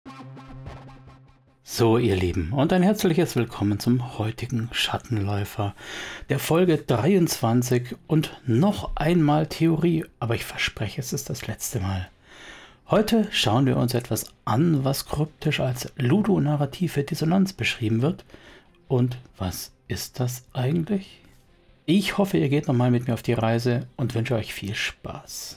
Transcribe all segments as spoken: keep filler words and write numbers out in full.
So, ihr Lieben, und ein herzliches Willkommen zum heutigen Schattenläufer, der Folge dreiundzwanzig und noch einmal Theorie, aber ich verspreche, es ist das letzte Mal. Heute schauen wir uns etwas an, was kryptisch als ludonarrative Dissonanz beschrieben wird. Und was ist das eigentlich? Ich hoffe, ihr geht nochmal mit mir auf die Reise und wünsche euch viel Spaß.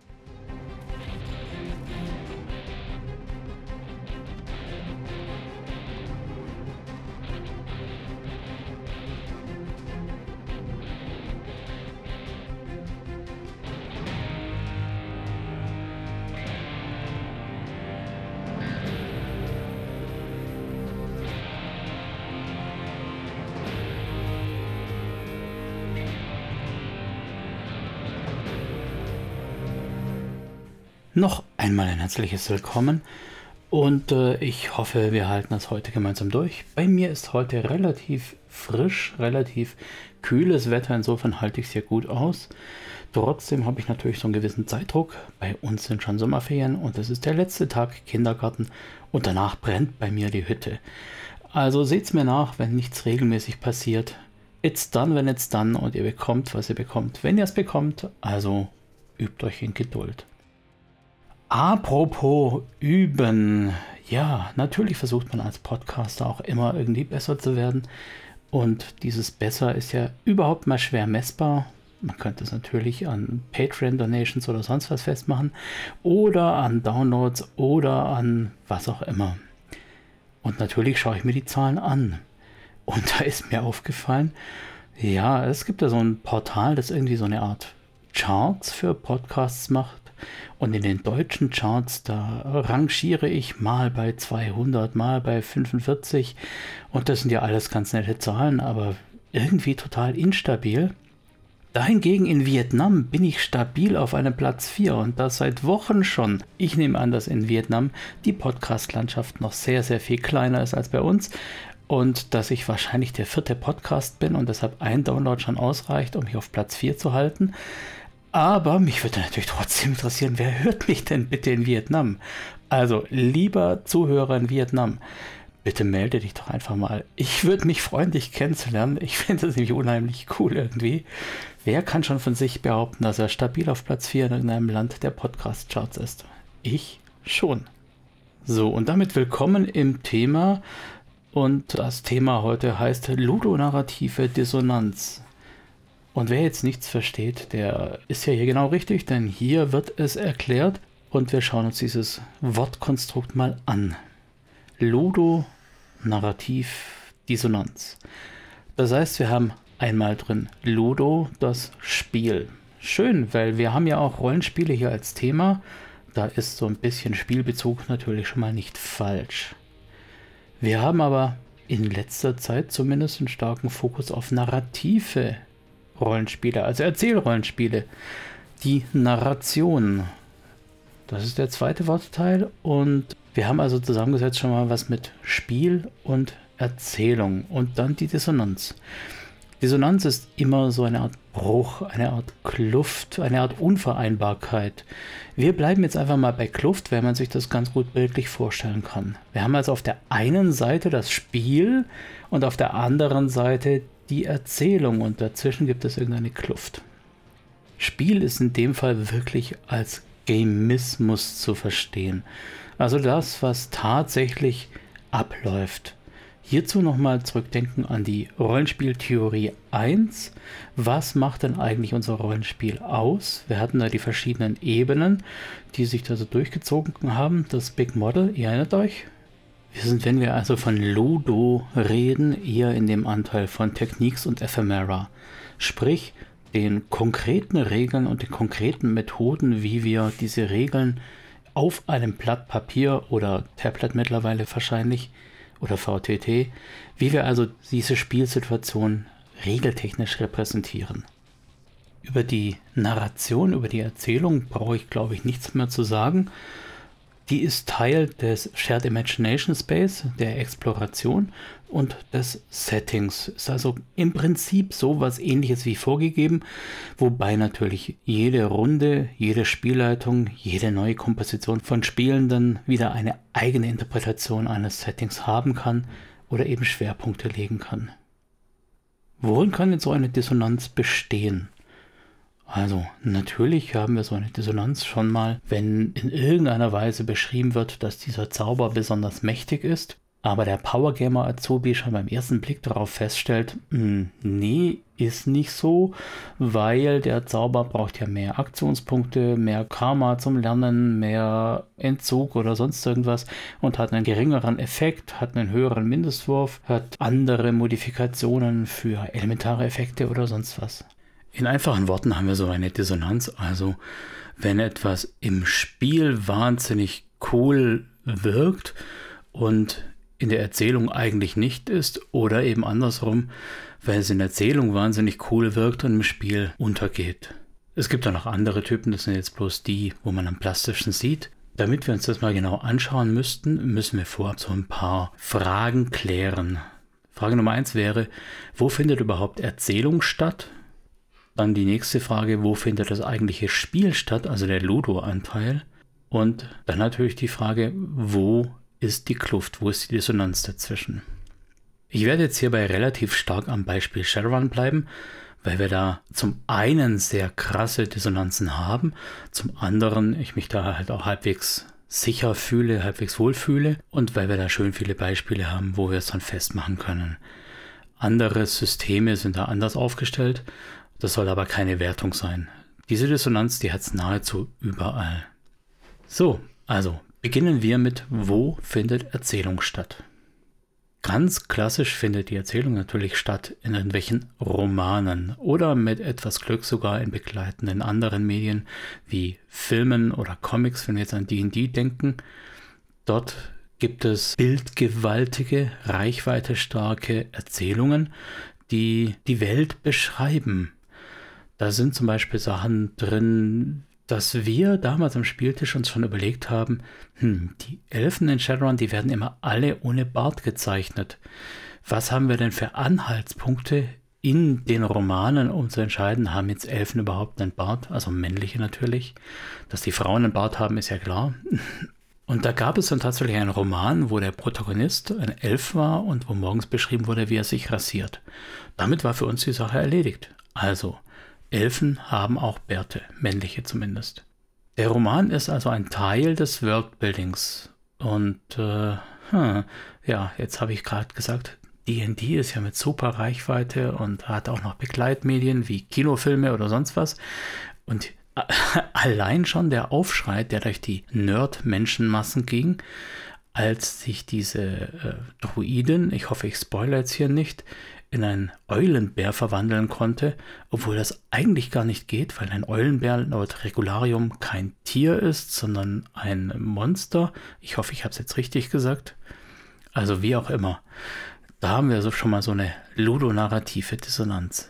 Noch einmal ein herzliches Willkommen und äh, ich hoffe, wir halten das heute gemeinsam durch. Bei mir ist heute relativ frisch, relativ kühles Wetter, insofern halte ich es hier gut aus. Trotzdem habe ich natürlich so einen gewissen Zeitdruck. Bei uns sind schon Sommerferien und es ist der letzte Tag Kindergarten und danach brennt bei mir die Hütte. Also seht's mir nach, wenn nichts regelmäßig passiert. It's done, when it's done und ihr bekommt, was ihr bekommt, wenn ihr es bekommt. Also übt euch in Geduld. Apropos üben. Ja, natürlich versucht man als Podcaster auch immer irgendwie besser zu werden. Und dieses Besser ist ja überhaupt mal schwer messbar. Man könnte es natürlich an Patreon-Donations oder sonst was festmachen. Oder an Downloads oder an was auch immer. Und natürlich schaue ich mir die Zahlen an. Und da ist mir aufgefallen, ja, es gibt da so ein Portal, das irgendwie so eine Art Charts für Podcasts macht. Und in den deutschen Charts, da rangiere ich mal bei zweihundert, mal bei fünfundvierzig. Und das sind ja alles ganz nette Zahlen, aber irgendwie total instabil. Dahingegen in Vietnam bin ich stabil auf einem Platz vier und das seit Wochen schon. Ich nehme an, dass in Vietnam die Podcast-Landschaft noch sehr, sehr viel kleiner ist als bei uns. Und dass ich wahrscheinlich der vierte Podcast bin und deshalb ein Download schon ausreicht, um mich auf Platz vier zu halten. Aber mich würde natürlich trotzdem interessieren, wer hört mich denn bitte in Vietnam? Also, lieber Zuhörer in Vietnam, bitte melde dich doch einfach mal. Ich würde mich freuen, dich kennenzulernen. Ich finde das nämlich unheimlich cool irgendwie. Wer kann schon von sich behaupten, dass er stabil auf Platz vier in irgendeinem Land der Podcast-Charts ist? Ich schon. So, und damit willkommen im Thema. Und das Thema heute heißt ludonarrative Dissonanz. Und wer jetzt nichts versteht, der ist ja hier genau richtig, denn hier wird es erklärt und wir schauen uns dieses Wortkonstrukt mal an. Ludonarrativ Dissonanz. Das heißt, wir haben einmal drin Ludo, das Spiel. Schön, weil wir haben ja auch Rollenspiele hier als Thema. Da ist so ein bisschen Spielbezug natürlich schon mal nicht falsch. Wir haben aber in letzter Zeit zumindest einen starken Fokus auf narrative Rollenspiele, also Erzählrollenspiele. Die Narration. Das ist der zweite Wortteil und wir haben also zusammengesetzt schon mal was mit Spiel und Erzählung und dann die Dissonanz. Dissonanz ist immer so eine Art Bruch, eine Art Kluft, eine Art Unvereinbarkeit. Wir bleiben jetzt einfach mal bei Kluft, weil man sich das ganz gut bildlich vorstellen kann. Wir haben also auf der einen Seite das Spiel und auf der anderen Seite die Erzählung und dazwischen gibt es irgendeine Kluft. Spiel ist in dem Fall wirklich als Gamismus zu verstehen. Also das, was tatsächlich abläuft. Hierzu nochmal zurückdenken an die Rollenspieltheorie eins. Was macht denn eigentlich unser Rollenspiel aus? Wir hatten da die verschiedenen Ebenen, die sich da so durchgezogen haben. Das Big Model, ihr erinnert euch? Wir sind, wenn wir also von Ludo reden, eher in dem Anteil von Techniques und Ephemera. Sprich, den konkreten Regeln und den konkreten Methoden, wie wir diese Regeln auf einem Blatt Papier oder Tablet mittlerweile wahrscheinlich oder V T T, wie wir also diese Spielsituation regeltechnisch repräsentieren. Über die Narration, über die Erzählung brauche ich, glaube ich, nichts mehr zu sagen. die ist Teil des Shared Imagination Space, der Exploration und des Settings. Ist also im Prinzip sowas Ähnliches wie vorgegeben, wobei natürlich jede Runde, jede Spielleitung, jede neue Komposition von Spielenden wieder eine eigene Interpretation eines Settings haben kann oder eben Schwerpunkte legen kann. Worin kann denn so eine Dissonanz bestehen? Also natürlich haben wir so eine Dissonanz schon mal, wenn in irgendeiner Weise beschrieben wird, dass dieser Zauber besonders mächtig ist, aber der Powergamer Azubi schon beim ersten Blick darauf feststellt, mh, nee, ist nicht so, weil der Zauber braucht ja mehr Aktionspunkte, mehr Karma zum Lernen, mehr Entzug oder sonst irgendwas und hat einen geringeren Effekt, hat einen höheren Mindestwurf, hat andere Modifikationen für elementare Effekte oder sonst was. In einfachen Worten haben wir so eine Dissonanz, also wenn etwas im Spiel wahnsinnig cool wirkt und in der Erzählung eigentlich nicht ist oder eben andersrum, weil es in der Erzählung wahnsinnig cool wirkt und im Spiel untergeht. Es gibt auch noch andere Typen, das sind jetzt bloß die, wo man am plastischen sieht. Damit wir uns das mal genau anschauen müssten, müssen wir vorab so ein paar Fragen klären. Frage Nummer eins wäre, wo findet überhaupt Erzählung statt? Dann die nächste Frage, wo findet das eigentliche Spiel statt, also der Ludo-Anteil? Und dann natürlich die Frage, wo ist die Kluft, wo ist die Dissonanz dazwischen? Ich werde jetzt hierbei relativ stark am Beispiel Shadowrun bleiben, weil wir da zum einen sehr krasse Dissonanzen haben, zum anderen ich mich da halt auch halbwegs sicher fühle, halbwegs wohlfühle und weil wir da schön viele Beispiele haben, wo wir es dann festmachen können. Andere Systeme sind da anders aufgestellt. Das soll aber keine Wertung sein. Diese Dissonanz, die hat es nahezu überall. So, also beginnen wir mit, wo findet Erzählung statt? Ganz klassisch findet die Erzählung natürlich statt in irgendwelchen Romanen oder mit etwas Glück sogar in begleitenden anderen Medien wie Filmen oder Comics, wenn wir jetzt an D und D denken. Dort gibt es bildgewaltige, reichweitestarke Erzählungen, die die Welt beschreiben. Da sind zum Beispiel Sachen drin, dass wir damals am Spieltisch uns schon überlegt haben, hm, die Elfen in Shadowrun, die werden immer alle ohne Bart gezeichnet. Was haben wir denn für Anhaltspunkte in den Romanen, um zu entscheiden, haben jetzt Elfen überhaupt einen Bart? Also männliche natürlich. Dass die Frauen einen Bart haben, ist ja klar. Und da gab es dann tatsächlich einen Roman, wo der Protagonist ein Elf war und wo morgens beschrieben wurde, wie er sich rasiert. Damit war für uns die Sache erledigt. Also, Elfen haben auch Bärte, männliche zumindest. Der Roman ist also ein Teil des Worldbuildings. Und äh, hm, ja, jetzt habe ich gerade gesagt, D und D ist ja mit super Reichweite und hat auch noch Begleitmedien wie Kinofilme oder sonst was. Und allein schon der Aufschrei, der durch die Nerd-Menschenmassen ging, als sich diese äh, Druidin, ich hoffe, ich spoilere jetzt hier nicht, in einen Eulenbär verwandeln konnte, obwohl das eigentlich gar nicht geht, weil ein Eulenbär laut Regularium kein Tier ist, sondern ein Monster. Ich hoffe, ich habe es jetzt richtig gesagt. Also wie auch immer. Da haben wir so schon mal so eine ludonarrative Dissonanz.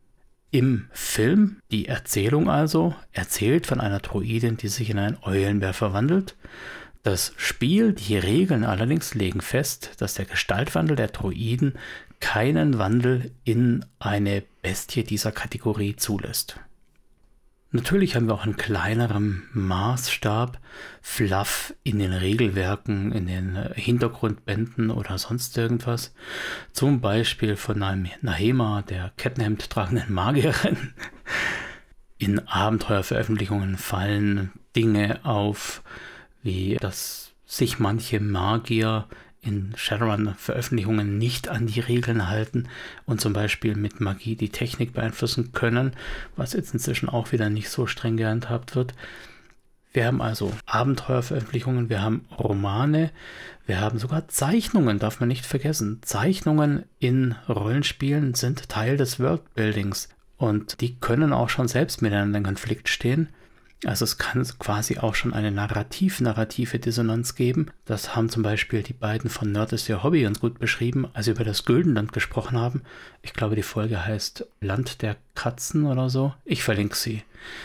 Im Film, die Erzählung also, erzählt von einer Druidin, die sich in einen Eulenbär verwandelt. Das Spiel, die Regeln allerdings legen fest, dass der Gestaltwandel der Druiden keinen Wandel in eine Bestie dieser Kategorie zulässt. Natürlich haben wir auch in kleinerem Maßstab Fluff in den Regelwerken, in den Hintergrundbänden oder sonst irgendwas. Zum Beispiel von einem Nahema, der Kettenhemd tragenden Magierin. In Abenteuerveröffentlichungen fallen Dinge auf, wie dass sich manche Magier in Shadowrun-Veröffentlichungen nicht an die Regeln halten und zum Beispiel mit Magie die Technik beeinflussen können, was jetzt inzwischen auch wieder nicht so streng gehandhabt wird. Wir haben also Abenteuerveröffentlichungen, wir haben Romane, wir haben sogar Zeichnungen, darf man nicht vergessen. Zeichnungen in Rollenspielen sind Teil des Worldbuildings und die können auch schon selbst miteinander in Konflikt stehen. Also es kann quasi auch schon eine narrativ-narrative Dissonanz geben. Das haben zum Beispiel die beiden von Nerd ist Ihr Hobby ganz gut beschrieben, als sie über das Güldenland gesprochen haben. Ich glaube, die Folge heißt Land der Katzen oder so. Ich verlinke sie.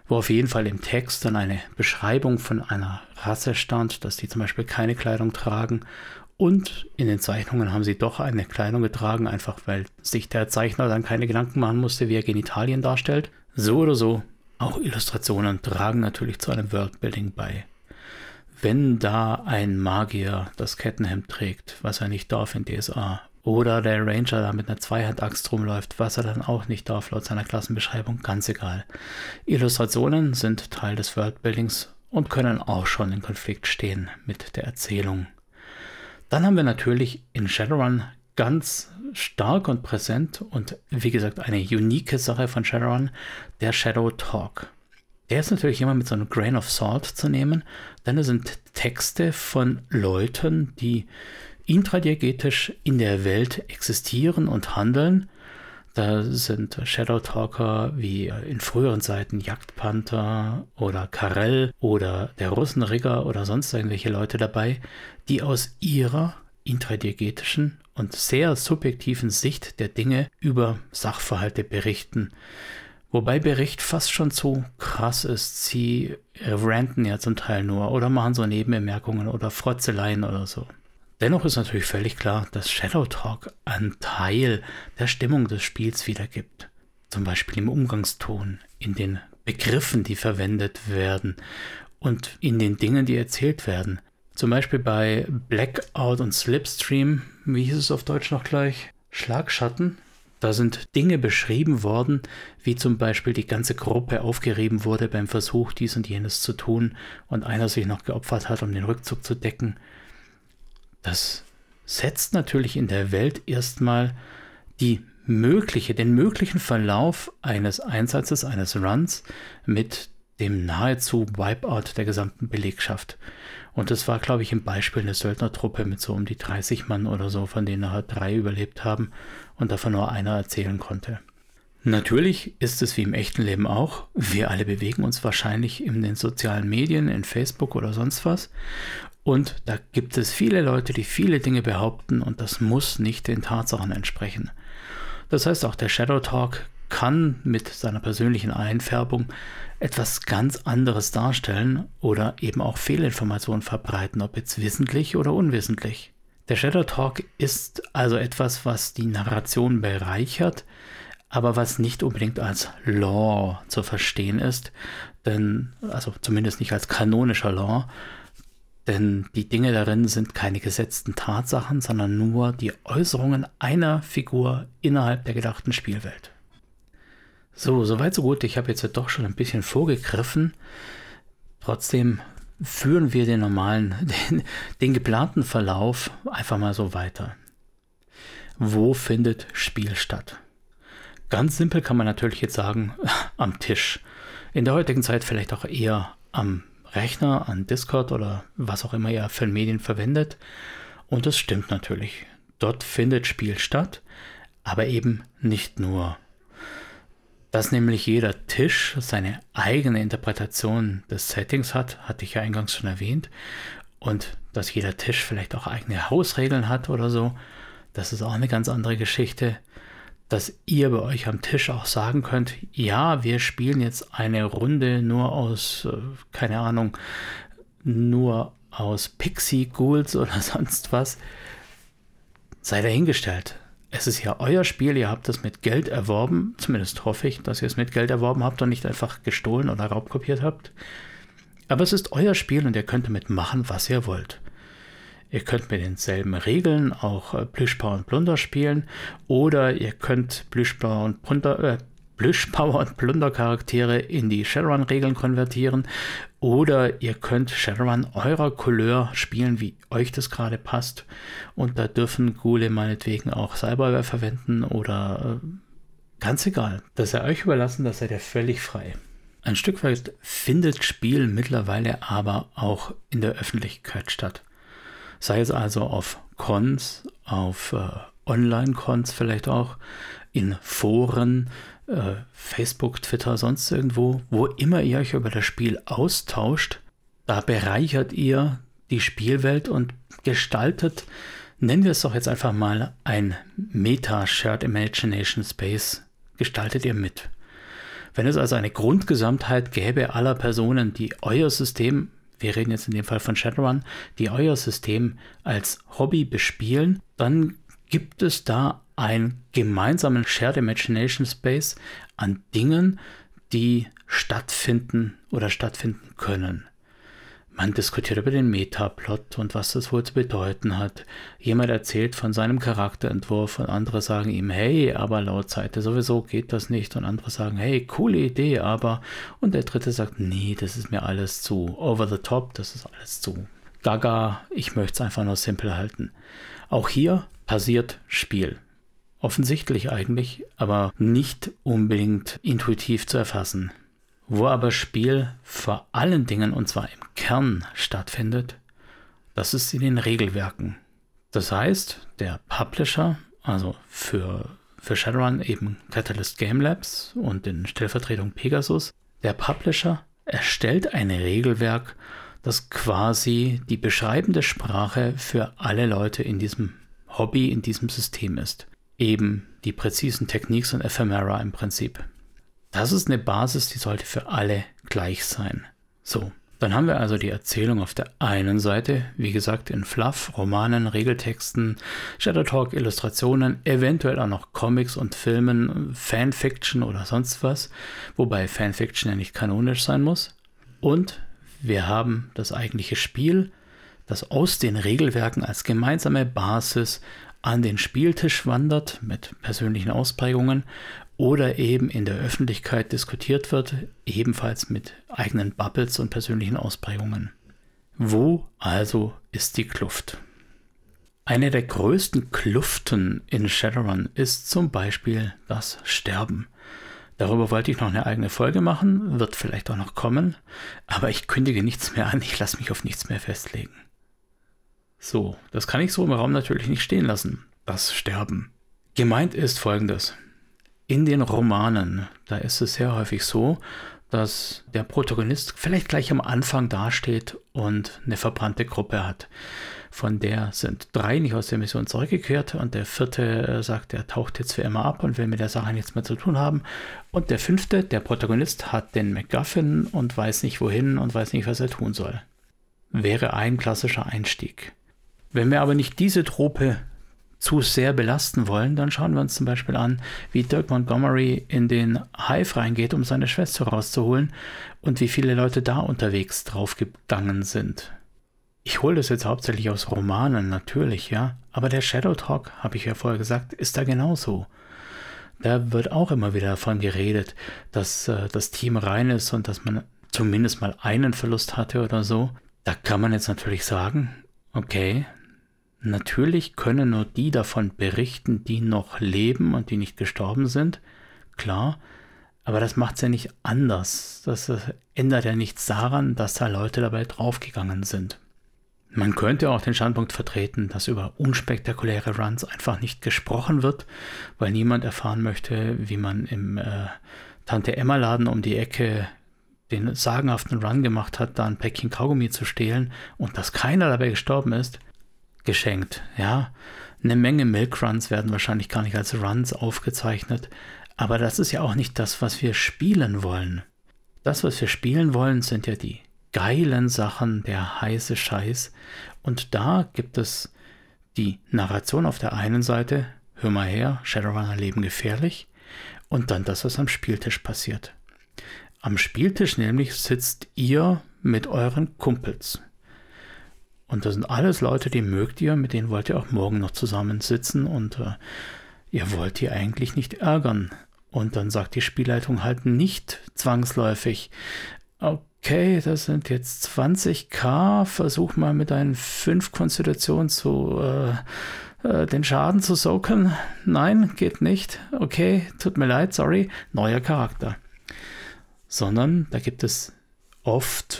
wo auf jeden Fall im Text dann eine Beschreibung von einer Rasse stand, dass die zum Beispiel keine Kleidung tragen. Und in den Zeichnungen haben sie doch eine Kleidung getragen, einfach weil sich der Zeichner dann keine Gedanken machen musste, wie er Genitalien darstellt. So oder so, auch Illustrationen tragen natürlich zu einem Worldbuilding bei. Wenn da ein Magier das Kettenhemd trägt, was er nicht darf in D S A, oder der Ranger da mit einer Zweihandaxt rumläuft, was er dann auch nicht darf laut seiner Klassenbeschreibung, ganz egal. Illustrationen sind Teil des Worldbuildings und können auch schon in Konflikt stehen mit der Erzählung. Dann haben wir natürlich in Shadowrun ganz stark und präsent und wie gesagt eine unique Sache von Shadowrun, der Shadow Talk. Der ist natürlich immer mit so einem Grain of Salt zu nehmen, denn es sind Texte von Leuten, die intradiegetisch in der Welt existieren und handeln. Da sind Shadow Talker wie in früheren Zeiten Jagdpanther oder Karel oder der Russenrigger oder sonst irgendwelche Leute dabei, die aus ihrer intradiegetischen und sehr subjektiven Sicht der Dinge über Sachverhalte berichten. Wobei Bericht fast schon zu krass ist. Sie ranten ja zum Teil nur oder machen so Nebenbemerkungen oder Frotzeleien oder so. Dennoch ist natürlich völlig klar, dass Shadow Talk einen Teil der Stimmung des Spiels wiedergibt. Zum Beispiel im Umgangston, in den Begriffen, die verwendet werden und in den Dingen, die erzählt werden. Zum Beispiel bei Blackout und Slipstream, wie hieß es auf Deutsch noch gleich? Schlagschatten. Da sind Dinge beschrieben worden, wie zum Beispiel die ganze Gruppe aufgerieben wurde beim Versuch, dies und jenes zu tun und einer sich noch geopfert hat, um den Rückzug zu decken. Das setzt natürlich in der Welt erstmal die mögliche, den möglichen Verlauf eines Einsatzes, eines Runs mit dem nahezu Wipeout der gesamten Belegschaft. Und das war, glaube ich, im Beispiel eine Söldnertruppe mit so um die dreißig Mann oder so, von denen nachher drei überlebt haben und davon nur einer erzählen konnte. Natürlich ist es wie im echten Leben auch. Wir alle bewegen uns wahrscheinlich in den sozialen Medien, in Facebook oder sonst was. Und da gibt es viele Leute, die viele Dinge behaupten und das muss nicht den Tatsachen entsprechen. Das heißt, auch der Shadow Talk kann mit seiner persönlichen Einfärbung etwas ganz anderes darstellen oder eben auch Fehlinformationen verbreiten, ob jetzt wissentlich oder unwissentlich. Der Shadow Talk ist also etwas, was die Narration bereichert, aber was nicht unbedingt als Lore zu verstehen ist, denn, also zumindest nicht als kanonischer Lore, denn die Dinge darin sind keine gesetzten Tatsachen, sondern nur die Äußerungen einer Figur innerhalb der gedachten Spielwelt. So, soweit so gut. Ich habe jetzt doch schon ein bisschen vorgegriffen. Trotzdem führen wir den normalen, den, den geplanten Verlauf einfach mal so weiter. Wo findet Spiel statt? Ganz simpel kann man natürlich jetzt sagen, am Tisch. In der heutigen Zeit vielleicht auch eher am Rechner, an Discord oder was auch immer ihr für Medien verwendet. Und das stimmt natürlich. Dort findet Spiel statt, aber eben nicht nur. Dass nämlich jeder Tisch seine eigene Interpretation des Settings hat, hatte ich ja eingangs schon erwähnt. Und dass jeder Tisch vielleicht auch eigene Hausregeln hat oder so, das ist auch eine ganz andere Geschichte. Dass ihr bei euch am Tisch auch sagen könnt, ja, wir spielen jetzt eine Runde nur aus, keine Ahnung, nur aus Pixie-Ghouls oder sonst was. Sei dahingestellt. Es ist ja euer Spiel, ihr habt es mit Geld erworben, zumindest hoffe ich, dass ihr es mit Geld erworben habt und nicht einfach gestohlen oder raubkopiert habt. Aber es ist euer Spiel und ihr könnt damit machen, was ihr wollt. Ihr könnt mit denselben Regeln auch Plüschbauer und Plunder spielen oder ihr könnt Plüschbauer und Plunder, äh, Plüschbauer und Plundercharaktere in die Shadowrun-Regeln konvertieren oder ihr könnt Shadowrun eurer Couleur spielen, wie euch das gerade passt. Und da dürfen Ghule meinetwegen auch Cyberware verwenden oder äh, ganz egal. Das sei euch überlassen, das seid ihr völlig frei. Ein Stück weit findet Spiel mittlerweile aber auch in der Öffentlichkeit statt. Sei es also auf Cons, auf äh, Online-Cons vielleicht auch, in Foren, äh, Facebook, Twitter, sonst irgendwo, wo immer ihr euch über das Spiel austauscht, da bereichert ihr die Spielwelt und gestaltet, nennen wir es doch jetzt einfach mal, ein Meta-Shared Imagination Space, gestaltet ihr mit. Wenn es also eine Grundgesamtheit gäbe aller Personen, die euer System, wir reden jetzt in dem Fall von Shadowrun, die euer System als Hobby bespielen, dann gibt es da einen gemeinsamen Shared Imagination Space an Dingen, die stattfinden oder stattfinden können. Man diskutiert über den Metaplot und was das wohl zu bedeuten hat. Jemand erzählt von seinem Charakterentwurf und andere sagen ihm, hey, aber laut Seite sowieso geht das nicht. Und andere sagen, hey, coole Idee, aber... Und der dritte sagt, nee, das ist mir alles zu over the top, das ist alles zu gaga, ich möchte es einfach nur simpel halten. Auch hier passiert Spiel. Offensichtlich eigentlich, aber nicht unbedingt intuitiv zu erfassen. Wo aber Spiel vor allen Dingen, und zwar im Kern, stattfindet, das ist in den Regelwerken. Das heißt, der Publisher, also für, für Shadowrun eben Catalyst Game Labs und in Stellvertretung Pegasus, der Publisher erstellt ein Regelwerk, das quasi die beschreibende Sprache für alle Leute in diesem Hobby, in diesem System ist. Eben die präzisen Techniques und Ephemera im Prinzip. Das ist eine Basis, die sollte für alle gleich sein. So, dann haben wir also die Erzählung auf der einen Seite, wie gesagt in Fluff, Romanen, Regeltexten, Shadow Talk, Illustrationen, eventuell auch noch Comics und Filmen, Fanfiction oder sonst was, wobei Fanfiction ja nicht kanonisch sein muss. Und wir haben das eigentliche Spiel, das aus den Regelwerken als gemeinsame Basis an den Spieltisch wandert mit persönlichen Ausprägungen oder eben in der Öffentlichkeit diskutiert wird, ebenfalls mit eigenen Bubbles und persönlichen Ausprägungen. Wo also ist die Kluft? Eine der größten Kluften in Shadowrun ist zum Beispiel das Sterben. Darüber wollte ich noch eine eigene Folge machen, wird vielleicht auch noch kommen, aber ich kündige nichts mehr an, ich lasse mich auf nichts mehr festlegen. So, das kann ich so im Raum natürlich nicht stehen lassen, das Sterben. Gemeint ist Folgendes. In den Romanen, da ist es sehr häufig so, dass der Protagonist vielleicht gleich am Anfang dasteht und eine verbrannte Gruppe hat. Von der sind drei nicht aus der Mission zurückgekehrt und der vierte sagt, er taucht jetzt für immer ab und will mit der Sache nichts mehr zu tun haben. Und der fünfte, der Protagonist, hat den MacGuffin und weiß nicht wohin und weiß nicht, was er tun soll. Wäre ein klassischer Einstieg. Wenn wir aber nicht diese Trope zu sehr belasten wollen, dann schauen wir uns zum Beispiel an, wie Dirk Montgomery in den Hive reingeht, um seine Schwester rauszuholen und wie viele Leute da unterwegs draufgegangen sind. Ich hole das jetzt hauptsächlich aus Romanen, natürlich, ja, aber der Shadow Talk, habe ich ja vorher gesagt, ist da genauso. Da wird auch immer wieder davon geredet, dass äh, das Team rein ist und dass man zumindest mal einen Verlust hatte oder so. Da kann man jetzt natürlich sagen, okay, natürlich können nur die davon berichten, die noch leben und die nicht gestorben sind. Klar, aber das macht es ja nicht anders. Das ändert ja nichts daran, dass da Leute dabei draufgegangen sind. Man könnte auch den Standpunkt vertreten, dass über unspektakuläre Runs einfach nicht gesprochen wird, weil niemand erfahren möchte, wie man im äh, Tante-Emma-Laden um die Ecke den sagenhaften Run gemacht hat, da ein Päckchen Kaugummi zu stehlen und dass keiner dabei gestorben ist. Geschenkt, ja. Eine Menge Milk-Runs werden wahrscheinlich gar nicht als Runs aufgezeichnet, aber das ist ja auch nicht das, was wir spielen wollen. Das, was wir spielen wollen, sind ja die geilen Sachen, der heiße Scheiß. Und da gibt es die Narration auf der einen Seite, hör mal her, Shadowrunner leben gefährlich, und dann das, was am Spieltisch passiert. Am Spieltisch nämlich sitzt ihr mit euren Kumpels. Und das sind alles Leute, die mögt ihr, mit denen wollt ihr auch morgen noch zusammensitzen und äh, ihr wollt die eigentlich nicht ärgern. Und dann sagt die Spielleitung halt nicht zwangsläufig, okay, das sind jetzt zwanzig K, versuch mal mit deinen fünf Konstitutionen zu äh, äh, den Schaden zu soaken. Nein, geht nicht. Okay, tut mir leid, sorry, neuer Charakter. Sondern da gibt es oft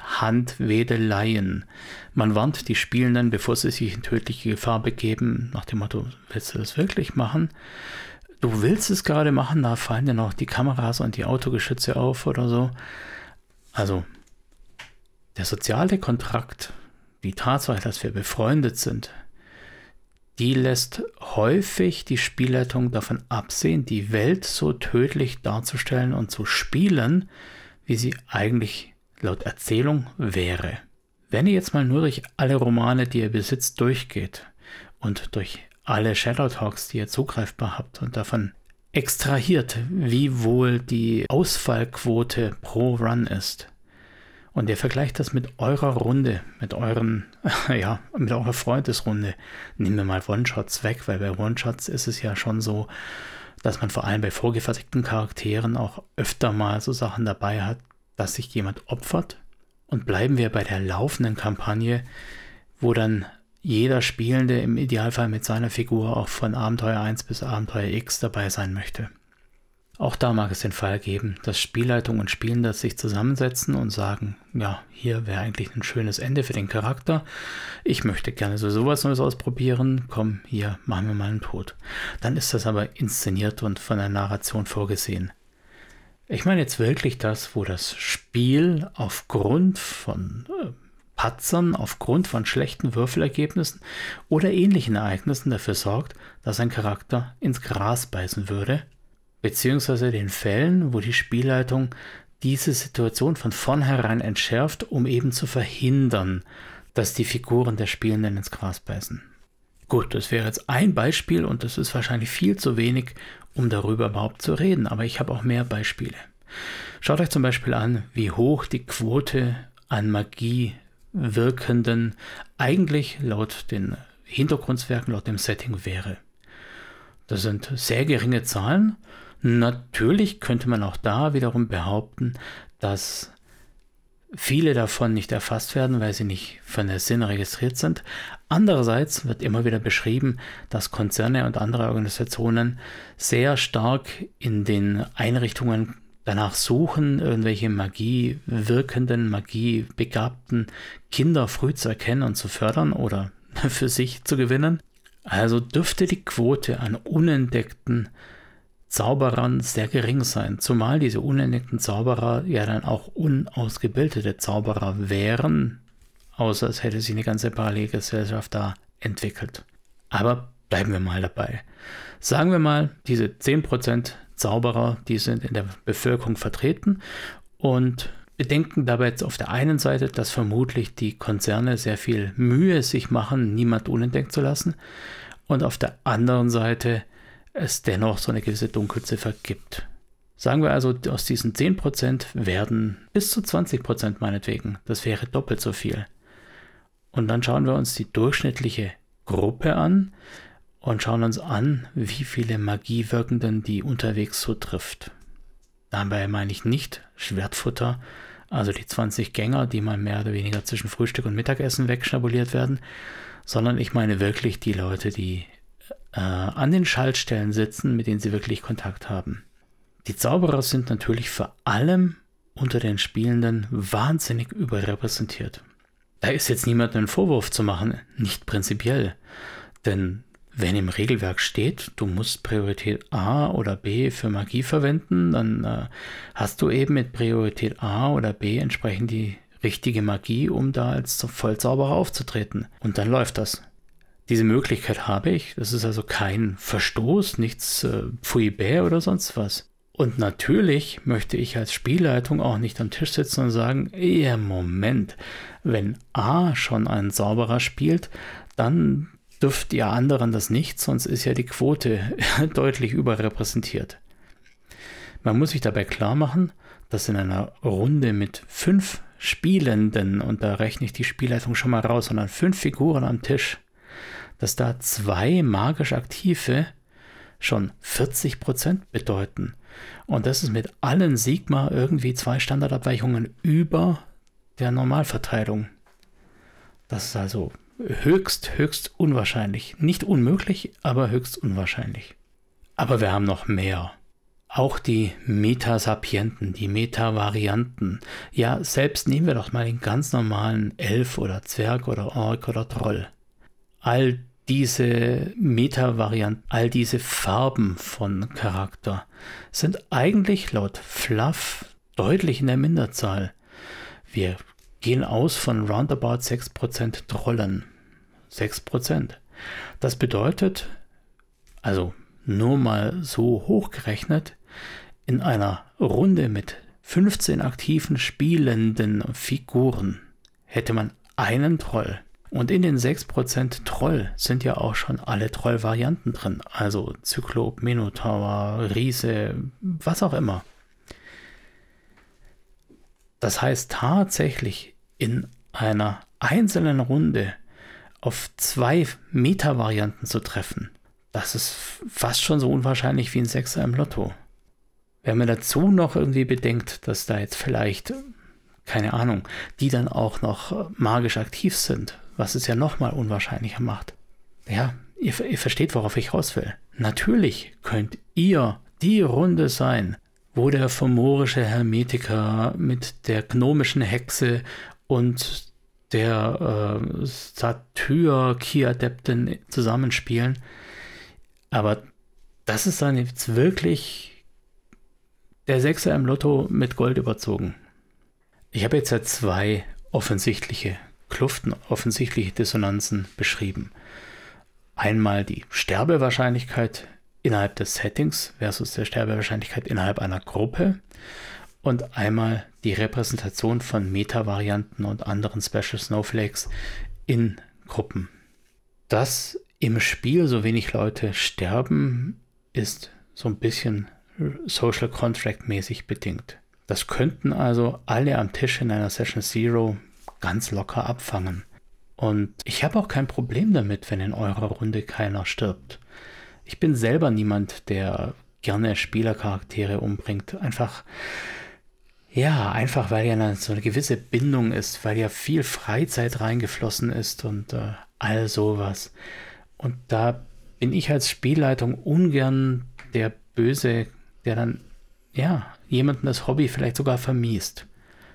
Handwedeleien. Man warnt die Spielenden, bevor sie sich in tödliche Gefahr begeben, nach dem Motto, willst du das wirklich machen? Du willst es gerade machen, da fallen dir noch die Kameras und die Autogeschütze auf oder so. Also, der soziale Kontrakt, die Tatsache, dass wir befreundet sind, die lässt häufig die Spielleitung davon absehen, die Welt so tödlich darzustellen und zu spielen, wie sie eigentlich laut Erzählung wäre. Wenn ihr jetzt mal nur durch alle Romane, die ihr besitzt, durchgeht und durch alle Shadow Talks, die ihr zugreifbar habt und davon extrahiert, wie wohl die Ausfallquote pro Run ist, und ihr vergleicht das mit eurer Runde, mit euren, ja, mit eurer Freundesrunde. Nehmen wir mal One-Shots weg, weil bei One-Shots ist es ja schon so, dass man vor allem bei vorgefertigten Charakteren auch öfter mal so Sachen dabei hat, dass sich jemand opfert. Und bleiben wir bei der laufenden Kampagne, wo dann jeder Spielende im Idealfall mit seiner Figur auch von Abenteuer eins bis Abenteuer X dabei sein möchte. Auch da mag es den Fall geben, dass Spielleitung und Spielende sich zusammensetzen und sagen, ja, hier wäre eigentlich ein schönes Ende für den Charakter. Ich möchte gerne so sowas Neues ausprobieren. Komm, hier, machen wir mal einen Tod. Dann ist das aber inszeniert und von der Narration vorgesehen. Ich meine jetzt wirklich das, wo das Spiel aufgrund von äh, Patzern, aufgrund von schlechten Würfelergebnissen oder ähnlichen Ereignissen dafür sorgt, dass ein Charakter ins Gras beißen würde, beziehungsweise den Fällen, wo die Spielleitung diese Situation von vornherein entschärft, um eben zu verhindern, dass die Figuren der Spielenden ins Gras beißen. Gut, das wäre jetzt ein Beispiel und das ist wahrscheinlich viel zu wenig, um darüber überhaupt zu reden, aber ich habe auch mehr Beispiele. Schaut euch zum Beispiel an, wie hoch die Quote an Magie wirkenden eigentlich laut den Hintergrundwerken, laut dem Setting wäre. Das sind sehr geringe Zahlen. Natürlich könnte man auch da wiederum behaupten, dass viele davon nicht erfasst werden, weil sie nicht von der S I N registriert sind. Andererseits wird immer wieder beschrieben, dass Konzerne und andere Organisationen sehr stark in den Einrichtungen danach suchen, irgendwelche Magie wirkenden, magiebegabten Kinder früh zu erkennen und zu fördern oder für sich zu gewinnen. Also dürfte die Quote an unentdeckten Zauberern sehr gering sein, zumal diese unentdeckten Zauberer ja dann auch unausgebildete Zauberer wären, außer es hätte sich eine ganze Parallelgesellschaft da entwickelt. Aber bleiben wir mal dabei. Sagen wir mal, diese zehn Prozent Zauberer, die sind in der Bevölkerung vertreten und bedenken dabei jetzt auf der einen Seite, dass vermutlich die Konzerne sehr viel Mühe sich machen, niemand unentdeckt zu lassen, und auf der anderen Seite es dennoch so eine gewisse Dunkelziffer gibt. Sagen wir also, aus diesen zehn Prozent werden bis zu zwanzig Prozent meinetwegen, das wäre doppelt so viel. Und dann schauen wir uns die durchschnittliche Gruppe an und schauen uns an, wie viele Magiewirkenden die unterwegs so trifft. Dabei meine ich nicht Schwertfutter, also die zwanzig Gänger, die mal mehr oder weniger zwischen Frühstück und Mittagessen wegschnabuliert werden, sondern ich meine wirklich die Leute, die äh, an den Schaltstellen sitzen, mit denen sie wirklich Kontakt haben. Die Zauberer sind natürlich vor allem unter den Spielenden wahnsinnig überrepräsentiert. Da ist jetzt niemandem einen Vorwurf zu machen, nicht prinzipiell, denn wenn im Regelwerk steht, du musst Priorität A oder B für Magie verwenden, dann äh, hast du eben mit Priorität A oder B entsprechend die richtige Magie, um da als Vollzauberer aufzutreten. Und dann läuft das. Diese Möglichkeit habe ich. Das ist also kein Verstoß, nichts äh, Pfui bäh oder sonst was. Und natürlich möchte ich als Spielleitung auch nicht am Tisch sitzen und sagen, ja, Moment, wenn A schon einen Zauberer spielt, dann dürft ihr anderen das nicht, sonst ist ja die Quote deutlich überrepräsentiert. Man muss sich dabei klar machen, dass in einer Runde mit fünf Spielenden, und da rechne ich die Spielleitung schon mal raus, sondern fünf Figuren am Tisch, dass da zwei magisch Aktive schon vierzig Prozent bedeuten. Und das ist mit allen Sigma irgendwie zwei Standardabweichungen über der Normalverteilung. Das ist also höchst, höchst unwahrscheinlich. Nicht unmöglich, aber höchst unwahrscheinlich. Aber wir haben noch mehr. Auch die Metasapienten, die Meta-Varianten. Ja, selbst nehmen wir doch mal den ganz normalen Elf oder Zwerg oder Ork oder Troll. All diese Meta-Varianten, all diese Farben von Charakter sind eigentlich laut Fluff deutlich in der Minderzahl. Wir gehen aus von roundabout sechs Prozent Trollen. sechs Prozent. Das bedeutet, also nur mal so hochgerechnet, in einer Runde mit fünfzehn aktiven spielenden Figuren hätte man einen Troll. Und in den sechs Prozent Troll sind ja auch schon alle Troll-Varianten drin. Also Zyklop, Minotaur, Riese, was auch immer. Das heißt tatsächlich in einer einzelnen Runde auf zwei Meta-Varianten zu treffen, das ist fast schon so unwahrscheinlich wie ein Sechser im Lotto. Wenn man dazu noch irgendwie bedenkt, dass da jetzt vielleicht, keine Ahnung, die dann auch noch magisch aktiv sind, was es ja nochmal unwahrscheinlicher macht. Ja, ihr, ihr versteht, worauf ich raus will. Natürlich könnt ihr die Runde sein, wo der fomorische Hermetiker mit der gnomischen Hexe und der äh, Satyr-Ki-Adeptin zusammenspielen. Aber das ist dann jetzt wirklich der Sechser im Lotto mit Gold überzogen. Ich habe jetzt ja zwei offensichtliche Kluften, offensichtliche Dissonanzen beschrieben. Einmal die Sterbewahrscheinlichkeit innerhalb des Settings versus der Sterbewahrscheinlichkeit innerhalb einer Gruppe und einmal die Repräsentation von Meta-Varianten und anderen Special Snowflakes in Gruppen. Dass im Spiel so wenig Leute sterben, ist so ein bisschen Social Contract mäßig bedingt. Das könnten also alle am Tisch in einer Session Zero ganz locker abfangen. Und ich habe auch kein Problem damit, wenn in eurer Runde keiner stirbt. Ich bin selber niemand, der gerne Spielercharaktere umbringt. Einfach, ja, einfach weil ja so eine gewisse Bindung ist, weil ja viel Freizeit reingeflossen ist und äh, all sowas. Und da bin ich als Spielleitung ungern der Böse, der dann, ja, jemanden das Hobby vielleicht sogar vermiest.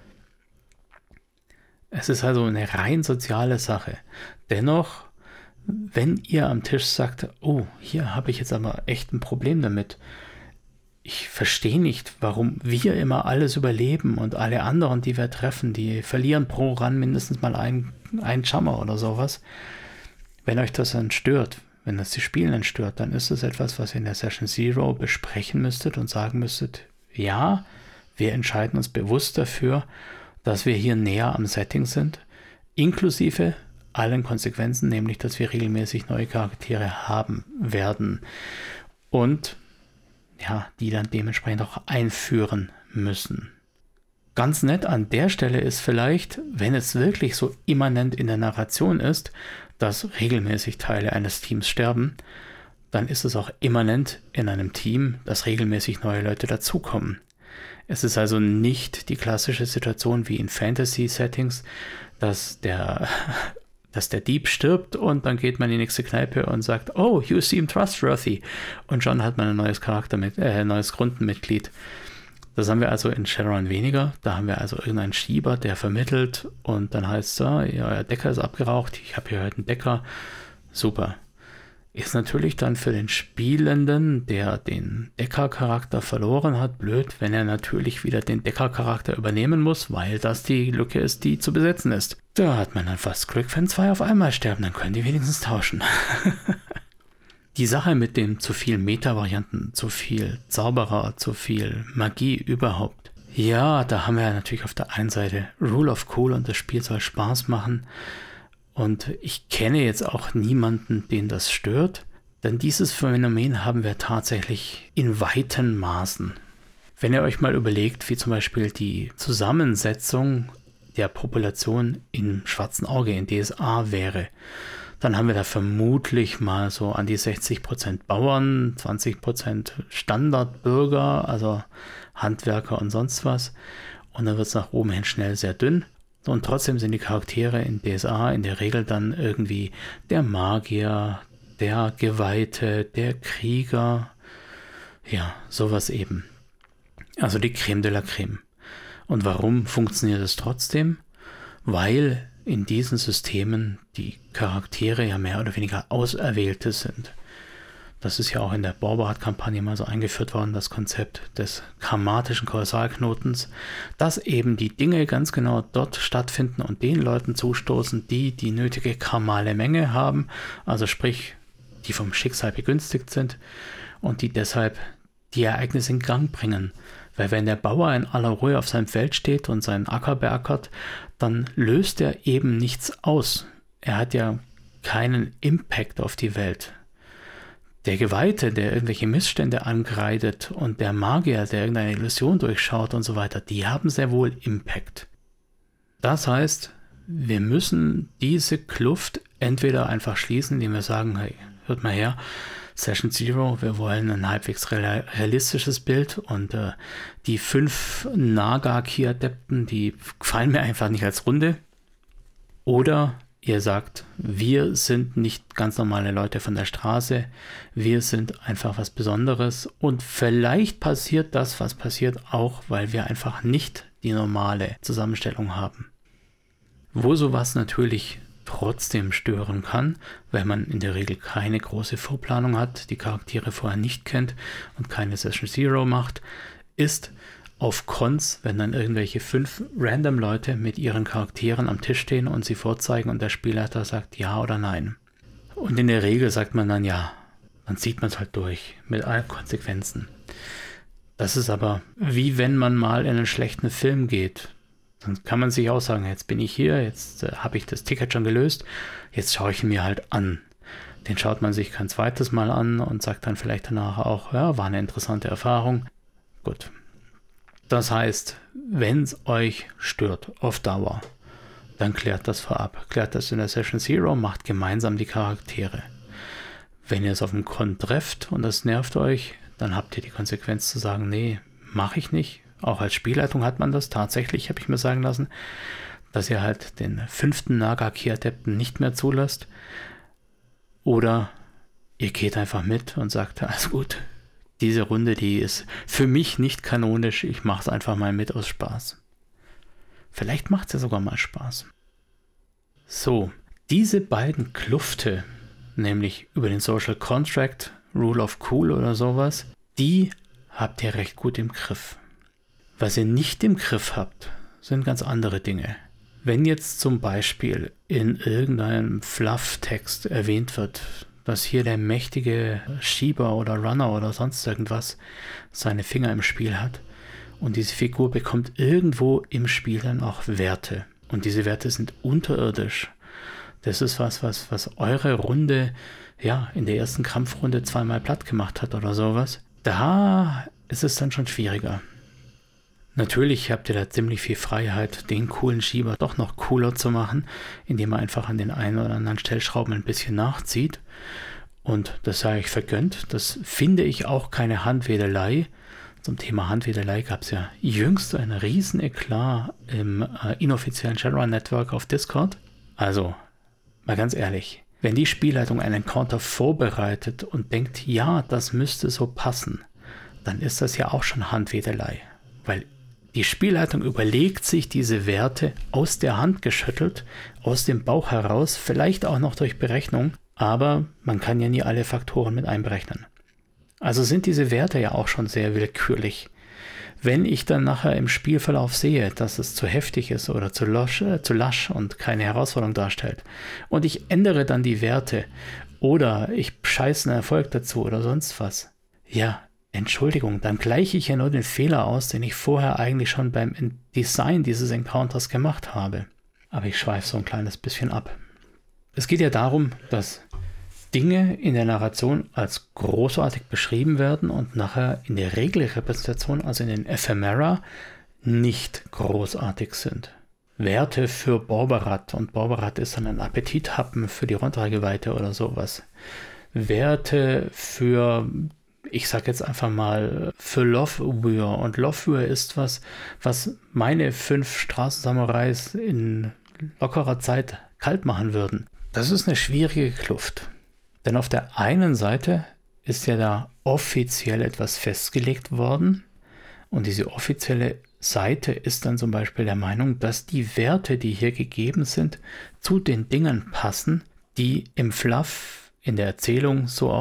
Es ist also eine rein soziale Sache. Dennoch, wenn ihr am Tisch sagt, oh, hier habe ich jetzt aber echt ein Problem damit. Ich verstehe nicht, warum wir immer alles überleben und alle anderen, die wir treffen, die verlieren pro Run mindestens mal einen, einen Jammer oder sowas. Wenn euch das dann stört, wenn das die Spielenden stört, dann ist es etwas, was ihr in der Session Zero besprechen müsstet und sagen müsstet, ja, wir entscheiden uns bewusst dafür, dass wir hier näher am Setting sind, inklusive allen Konsequenzen, nämlich, dass wir regelmäßig neue Charaktere haben werden und ja, die dann dementsprechend auch einführen müssen. Ganz nett an der Stelle ist vielleicht, wenn es wirklich so immanent in der Narration ist, dass regelmäßig Teile eines Teams sterben, dann ist es auch immanent in einem Team, dass regelmäßig neue Leute dazukommen. Es ist also nicht die klassische Situation wie in Fantasy-Settings, dass der, dass der Dieb stirbt und dann geht man in die nächste Kneipe und sagt, oh, you seem trustworthy. Und schon hat man ein neues Charakter mit, äh, neues Grundenmitglied. Das haben wir also in Shadowrun weniger. Da haben wir also irgendeinen Schieber, der vermittelt und dann heißt es, ja, euer Decker ist abgeraucht, ich habe hier heute einen Decker. Super. Ist natürlich dann für den Spielenden, der den Decker-Charakter verloren hat, blöd, wenn er natürlich wieder den Decker-Charakter übernehmen muss, weil das die Lücke ist, die zu besetzen ist. Da hat man dann fast Glück, wenn zwei auf einmal sterben, dann können die wenigstens tauschen. Die Sache mit dem zu viel Meta-Varianten, zu viel Zauberer, zu viel Magie überhaupt. Ja, da haben wir ja natürlich auf der einen Seite Rule of Cool und das Spiel soll Spaß machen. Und ich kenne jetzt auch niemanden, den das stört, denn dieses Phänomen haben wir tatsächlich in weiten Maßen. Wenn ihr euch mal überlegt, wie zum Beispiel die Zusammensetzung der Population im Schwarzen Auge in D S A wäre, dann haben wir da vermutlich mal so an die sechzig Prozent Bauern, zwanzig Prozent Standardbürger, also Handwerker und sonst was. Und dann wird es nach oben hin schnell sehr dünn. Und trotzdem sind die Charaktere in D S A in der Regel dann irgendwie der Magier, der Geweihte, der Krieger, ja, sowas eben. Also die Creme de la Creme. Und warum funktioniert es trotzdem? Weil in diesen Systemen die Charaktere ja mehr oder weniger Auserwählte sind. Das ist ja auch in der Borberat-Kampagne mal so eingeführt worden, das Konzept des karmatischen Kausalknotens, dass eben die Dinge ganz genau dort stattfinden und den Leuten zustoßen, die die nötige karmale Menge haben, also sprich, die vom Schicksal begünstigt sind und die deshalb die Ereignisse in Gang bringen. Weil wenn der Bauer in aller Ruhe auf seinem Feld steht und seinen Acker beackert, dann löst er eben nichts aus. Er hat ja keinen Impact auf die Welt. Der Geweihte, der irgendwelche Missstände angreitet und der Magier, der irgendeine Illusion durchschaut und so weiter, die haben sehr wohl Impact. Das heißt, wir müssen diese Kluft entweder einfach schließen, indem wir sagen, hey, hört mal her, Session Zero, wir wollen ein halbwegs realistisches Bild und äh, die fünf Naga-Ki-Adepten, die gefallen mir einfach nicht als Runde. Oder ihr sagt, wir sind nicht ganz normale Leute von der Straße, wir sind einfach was Besonderes und vielleicht passiert das, was passiert, auch weil wir einfach nicht die normale Zusammenstellung haben. Wo sowas natürlich trotzdem stören kann, weil man in der Regel keine große Vorplanung hat, die Charaktere vorher nicht kennt und keine Session Zero macht, ist auf Cons, wenn dann irgendwelche fünf random Leute mit ihren Charakteren am Tisch stehen und sie vorzeigen und der Spielleiter sagt ja oder nein. Und in der Regel sagt man dann ja, dann zieht man es halt durch mit allen Konsequenzen. Das ist aber wie wenn man mal in einen schlechten Film geht. Dann kann man sich auch sagen, jetzt bin ich hier, jetzt äh, habe ich das Ticket schon gelöst, jetzt schaue ich ihn mir halt an. Den schaut man sich kein zweites Mal an und sagt dann vielleicht danach auch, ja, war eine interessante Erfahrung. Gut. Das heißt, wenn es euch stört auf Dauer, dann klärt das vorab. Klärt das in der Session Zero, macht gemeinsam die Charaktere. Wenn ihr es auf dem Con trefft und das nervt euch, dann habt ihr die Konsequenz zu sagen, nee, mache ich nicht. Auch als Spielleitung hat man das tatsächlich, habe ich mir sagen lassen, dass ihr halt den fünften Naga-Ki-Adepten nicht mehr zulasst. Oder ihr geht einfach mit und sagt, alles gut, diese Runde, die ist für mich nicht kanonisch, ich mache es einfach mal mit aus Spaß. Vielleicht macht es ja sogar mal Spaß. So, diese beiden Klufte, nämlich über den Social Contract, Rule of Cool oder sowas, die habt ihr recht gut im Griff. Was ihr nicht im Griff habt, sind ganz andere Dinge. Wenn jetzt zum Beispiel in irgendeinem Fluff-Text erwähnt wird, dass hier der mächtige Schieber oder Runner oder sonst irgendwas seine Finger im Spiel hat und diese Figur bekommt irgendwo im Spiel dann auch Werte und diese Werte sind unterirdisch. Das ist was, was, was eure Runde ja in der ersten Kampfrunde zweimal platt gemacht hat oder sowas. Da ist es dann schon schwieriger. Natürlich habt ihr da ziemlich viel Freiheit, den coolen Schieber doch noch cooler zu machen, indem er einfach an den einen oder anderen Stellschrauben ein bisschen nachzieht. Und das sage ich vergönnt. Das finde ich auch keine Handwedelei. Zum Thema Handwedelei gab es ja jüngst einen riesen Eklat im äh, inoffiziellen Shadowrun-Network auf Discord. Also, mal ganz ehrlich, wenn die Spielleitung einen Encounter vorbereitet und denkt, ja, das müsste so passen, dann ist das ja auch schon Handwedelei. Weil die Spielleitung überlegt sich diese Werte aus der Hand geschüttelt, aus dem Bauch heraus, vielleicht auch noch durch Berechnung, aber man kann ja nie alle Faktoren mit einberechnen. Also sind diese Werte ja auch schon sehr willkürlich. Wenn ich dann nachher im Spielverlauf sehe, dass es zu heftig ist oder zu lasch, äh, zu lasch und keine Herausforderung darstellt und ich ändere dann die Werte oder ich scheiße einen Erfolg dazu oder sonst was, ja, Entschuldigung, dann gleiche ich ja nur den Fehler aus, den ich vorher eigentlich schon beim Design dieses Encounters gemacht habe. Aber ich schweife so ein kleines bisschen ab. Es geht ja darum, dass Dinge in der Narration als großartig beschrieben werden und nachher in der Regelrepräsentation, also in den Ephemera, nicht großartig sind. Werte für Borberat und Borberat ist dann ein Appetithappen für die Rondra-Geweihte oder sowas. Werte für, ich sag jetzt einfach mal, für Lofwyr. Und Lofwyr ist was, was meine fünf Straßensamurais in lockerer Zeit kalt machen würden. Das ist eine schwierige Kluft. Denn auf der einen Seite ist ja da offiziell etwas festgelegt worden und diese offizielle Seite ist dann zum Beispiel der Meinung, dass die Werte, die hier gegeben sind, zu den Dingen passen, die im Fluff, in der Erzählung so auch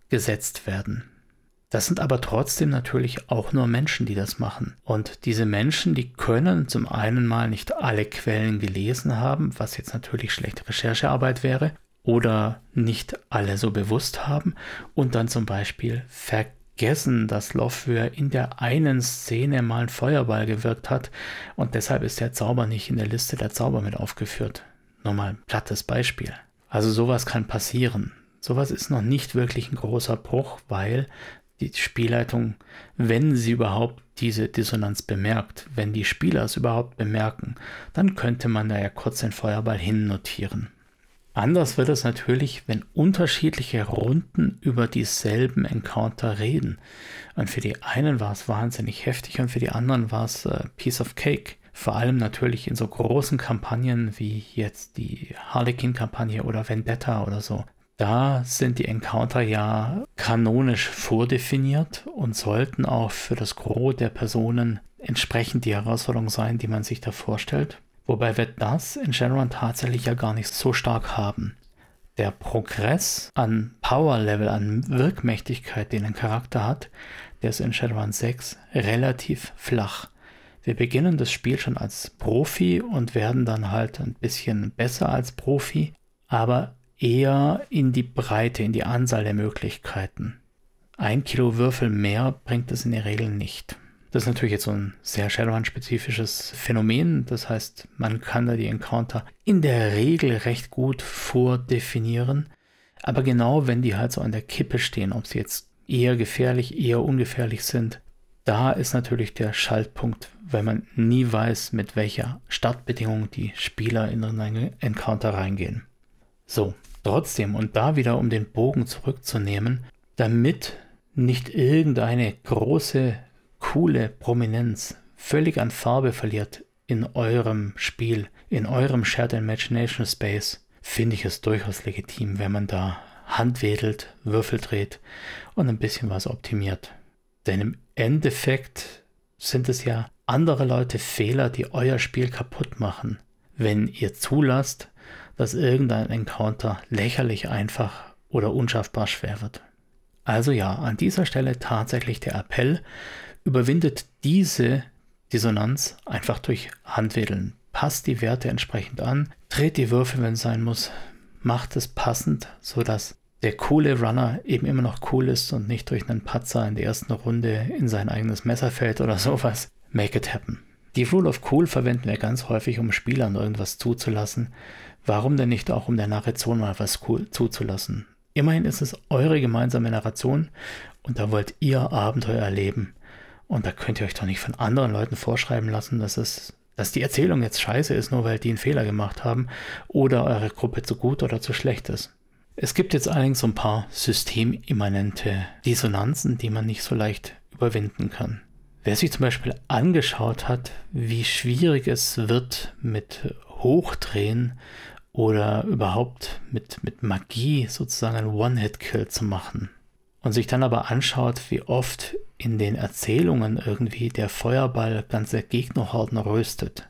gesetzt werden. Das sind aber trotzdem natürlich auch nur Menschen, die das machen. Und diese Menschen, die können zum einen mal nicht alle Quellen gelesen haben, was jetzt natürlich schlechte Recherchearbeit wäre, oder nicht alle so bewusst haben und dann zum Beispiel vergessen, dass Lofwyr in der einen Szene mal einen Feuerball gewirkt hat und deshalb ist der Zauber nicht in der Liste der Zauber mit aufgeführt. Nur mal ein plattes Beispiel. Also sowas kann passieren. Sowas ist noch nicht wirklich ein großer Bruch, weil die Spielleitung, wenn sie überhaupt diese Dissonanz bemerkt, wenn die Spieler es überhaupt bemerken, dann könnte man da ja kurz den Feuerball hinnotieren. Anders wird es natürlich, wenn unterschiedliche Runden über dieselben Encounter reden. Und für die einen war es wahnsinnig heftig und für die anderen war es äh, Piece of Cake. Vor allem natürlich in so großen Kampagnen wie jetzt die Harlequin-Kampagne oder Vendetta oder so. Da sind die Encounter ja kanonisch vordefiniert und sollten auch für das Gros der Personen entsprechend die Herausforderung sein, die man sich da vorstellt. Wobei wir das in Shadowrun tatsächlich ja gar nicht so stark haben. Der Progress an Power-Level, an Wirkmächtigkeit, den ein Charakter hat, der ist in Shadowrun sechs relativ flach. Wir beginnen das Spiel schon als Profi und werden dann halt ein bisschen besser als Profi, aber eher in die Breite, in die Anzahl der Möglichkeiten. Ein Kilo Würfel mehr bringt es in der Regel nicht. Das ist natürlich jetzt so ein sehr Shadowrun-spezifisches Phänomen. Das heißt, man kann da die Encounter in der Regel recht gut vordefinieren. Aber genau wenn die halt so an der Kippe stehen, ob sie jetzt eher gefährlich, eher ungefährlich sind, da ist natürlich der Schaltpunkt, weil man nie weiß, mit welcher Startbedingung die Spieler in einen Encounter reingehen. So, trotzdem, und da wieder um den Bogen zurückzunehmen, damit nicht irgendeine große, coole Prominenz völlig an Farbe verliert in eurem Spiel, in eurem Shared Imagination Space, finde ich es durchaus legitim, wenn man da Hand wedelt, Würfel dreht und ein bisschen was optimiert. Denn im Endeffekt sind es ja andere Leute Fehler, die euer Spiel kaputt machen, wenn ihr zulasst, dass irgendein Encounter lächerlich einfach oder unschaffbar schwer wird. Also ja, an dieser Stelle tatsächlich der Appell, überwindet diese Dissonanz einfach durch Handwedeln. Passt die Werte entsprechend an, dreht die Würfel, wenn es sein muss, macht es passend, sodass der coole Runner eben immer noch cool ist und nicht durch einen Patzer in der ersten Runde in sein eigenes Messer fällt oder sowas. Make it happen. Die Rule of Cool verwenden wir ganz häufig, um Spielern irgendwas zuzulassen. Warum denn nicht auch, um der Narration mal was cool zuzulassen? Immerhin ist es eure gemeinsame Narration und da wollt ihr Abenteuer erleben. Und da könnt ihr euch doch nicht von anderen Leuten vorschreiben lassen, dass es, dass die Erzählung jetzt scheiße ist, nur weil die einen Fehler gemacht haben oder eure Gruppe zu gut oder zu schlecht ist. Es gibt jetzt allerdings so ein paar systemimmanente Dissonanzen, die man nicht so leicht überwinden kann. Wer sich zum Beispiel angeschaut hat, wie schwierig es wird mit Hochdrehen oder überhaupt mit, mit Magie sozusagen einen One-Hit-Kill zu machen und sich dann aber anschaut, wie oft in den Erzählungen irgendwie der Feuerball ganze Gegnerhorden röstet.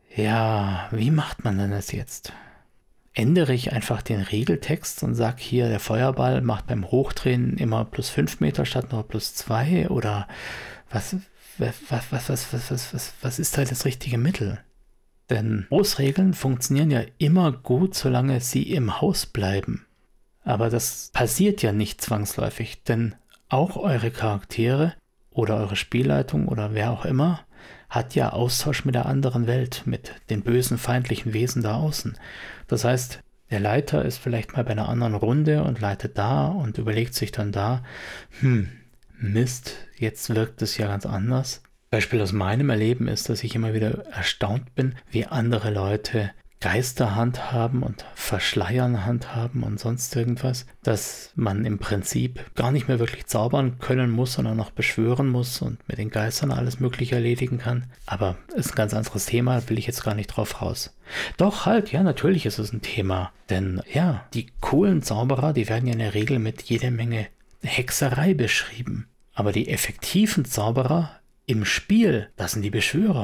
Ja, wie macht man denn das jetzt? Ändere ich einfach den Regeltext und sage hier, der Feuerball macht beim Hochdrehen immer plus fünf Meter statt nur plus zwei oder was, was, was, was, was, was, was, was ist da das richtige Mittel? Denn Großregeln funktionieren ja immer gut, solange sie im Haus bleiben. Aber das passiert ja nicht zwangsläufig, denn auch eure Charaktere oder eure Spielleitung oder wer auch immer hat ja Austausch mit der anderen Welt, mit den bösen, feindlichen Wesen da außen. Das heißt, der Leiter ist vielleicht mal bei einer anderen Runde und leitet da und überlegt sich dann da, hm, Mist, jetzt wirkt es ja ganz anders. Beispiel aus meinem Erleben ist, dass ich immer wieder erstaunt bin, wie andere Leute Geisterhand haben und Verschleiern handhaben und sonst irgendwas, dass man im Prinzip gar nicht mehr wirklich zaubern können muss, sondern noch beschwören muss und mit den Geistern alles Mögliche erledigen kann. Aber ist ein ganz anderes Thema, will ich jetzt gar nicht drauf raus. Doch halt, ja, natürlich ist es ein Thema, denn ja, die coolen Zauberer, die werden ja in der Regel mit jeder Menge Hexerei beschrieben. Aber die effektiven Zauberer im Spiel, das sind die Beschwörer.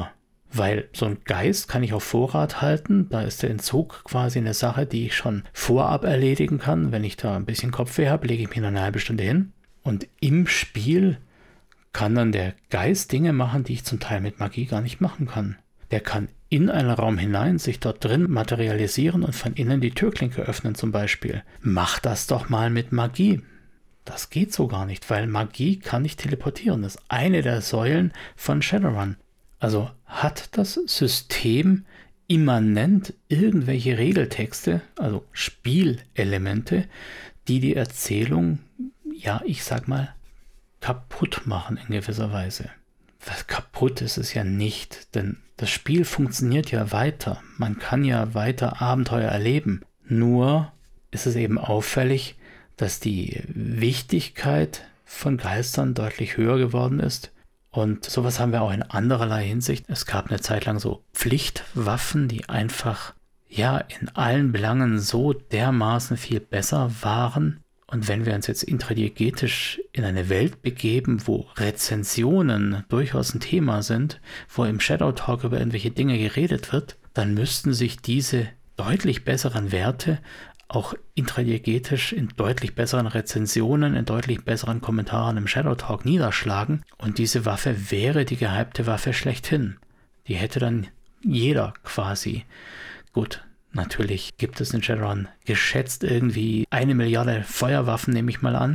Weil so ein Geist kann ich auf Vorrat halten, da ist der Entzug quasi eine Sache, die ich schon vorab erledigen kann. Wenn ich da ein bisschen Kopfweh habe, lege ich mich noch eine halbe Stunde hin. Und im Spiel kann dann der Geist Dinge machen, die ich zum Teil mit Magie gar nicht machen kann. Der kann in einen Raum hinein sich dort drin materialisieren und von innen die Türklinke öffnen zum Beispiel. Mach das doch mal mit Magie. Das geht so gar nicht, weil Magie kann nicht teleportieren. Das ist eine der Säulen von Shadowrun. Also hat das System immanent irgendwelche Regeltexte, also Spielelemente, die die Erzählung, ja, ich sag mal, kaputt machen in gewisser Weise. Was kaputt ist es ja nicht, denn das Spiel funktioniert ja weiter. Man kann ja weiter Abenteuer erleben. Nur ist es eben auffällig, dass die Wichtigkeit von Geistern deutlich höher geworden ist. Und sowas haben wir auch in andererlei Hinsicht. Es gab eine Zeit lang so Pflichtwaffen, die einfach, ja, in allen Belangen so dermaßen viel besser waren. Und wenn wir uns jetzt intradiegetisch in eine Welt begeben, wo Rezensionen durchaus ein Thema sind, wo im Shadow Talk über irgendwelche Dinge geredet wird, dann müssten sich diese deutlich besseren Werte auch intradiegetisch in deutlich besseren Rezensionen, in deutlich besseren Kommentaren im Shadow Talk niederschlagen. Und diese Waffe wäre die gehypte Waffe schlechthin. Die hätte dann jeder quasi. Gut, natürlich gibt es in Shadowrun geschätzt irgendwie eine Milliarde Feuerwaffen, nehme ich mal an.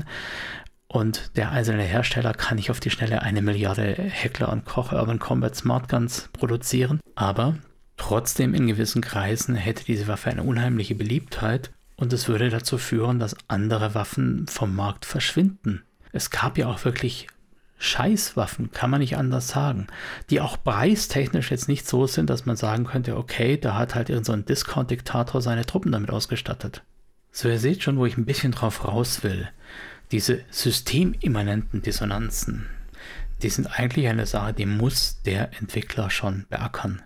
Und der einzelne Hersteller kann nicht auf die Schnelle eine Milliarde Heckler und Koch Urban Combat Smart Guns produzieren. Aber trotzdem in gewissen Kreisen hätte diese Waffe eine unheimliche Beliebtheit. Und es würde dazu führen, dass andere Waffen vom Markt verschwinden. Es gab ja auch wirklich Scheißwaffen, kann man nicht anders sagen, die auch preistechnisch jetzt nicht so sind, dass man sagen könnte, okay, da hat halt irgend so ein Discount-Diktator seine Truppen damit ausgestattet. So, ihr seht schon, wo ich ein bisschen drauf raus will. Diese systemimmanenten Dissonanzen, die sind eigentlich eine Sache, die muss der Entwickler schon beackern.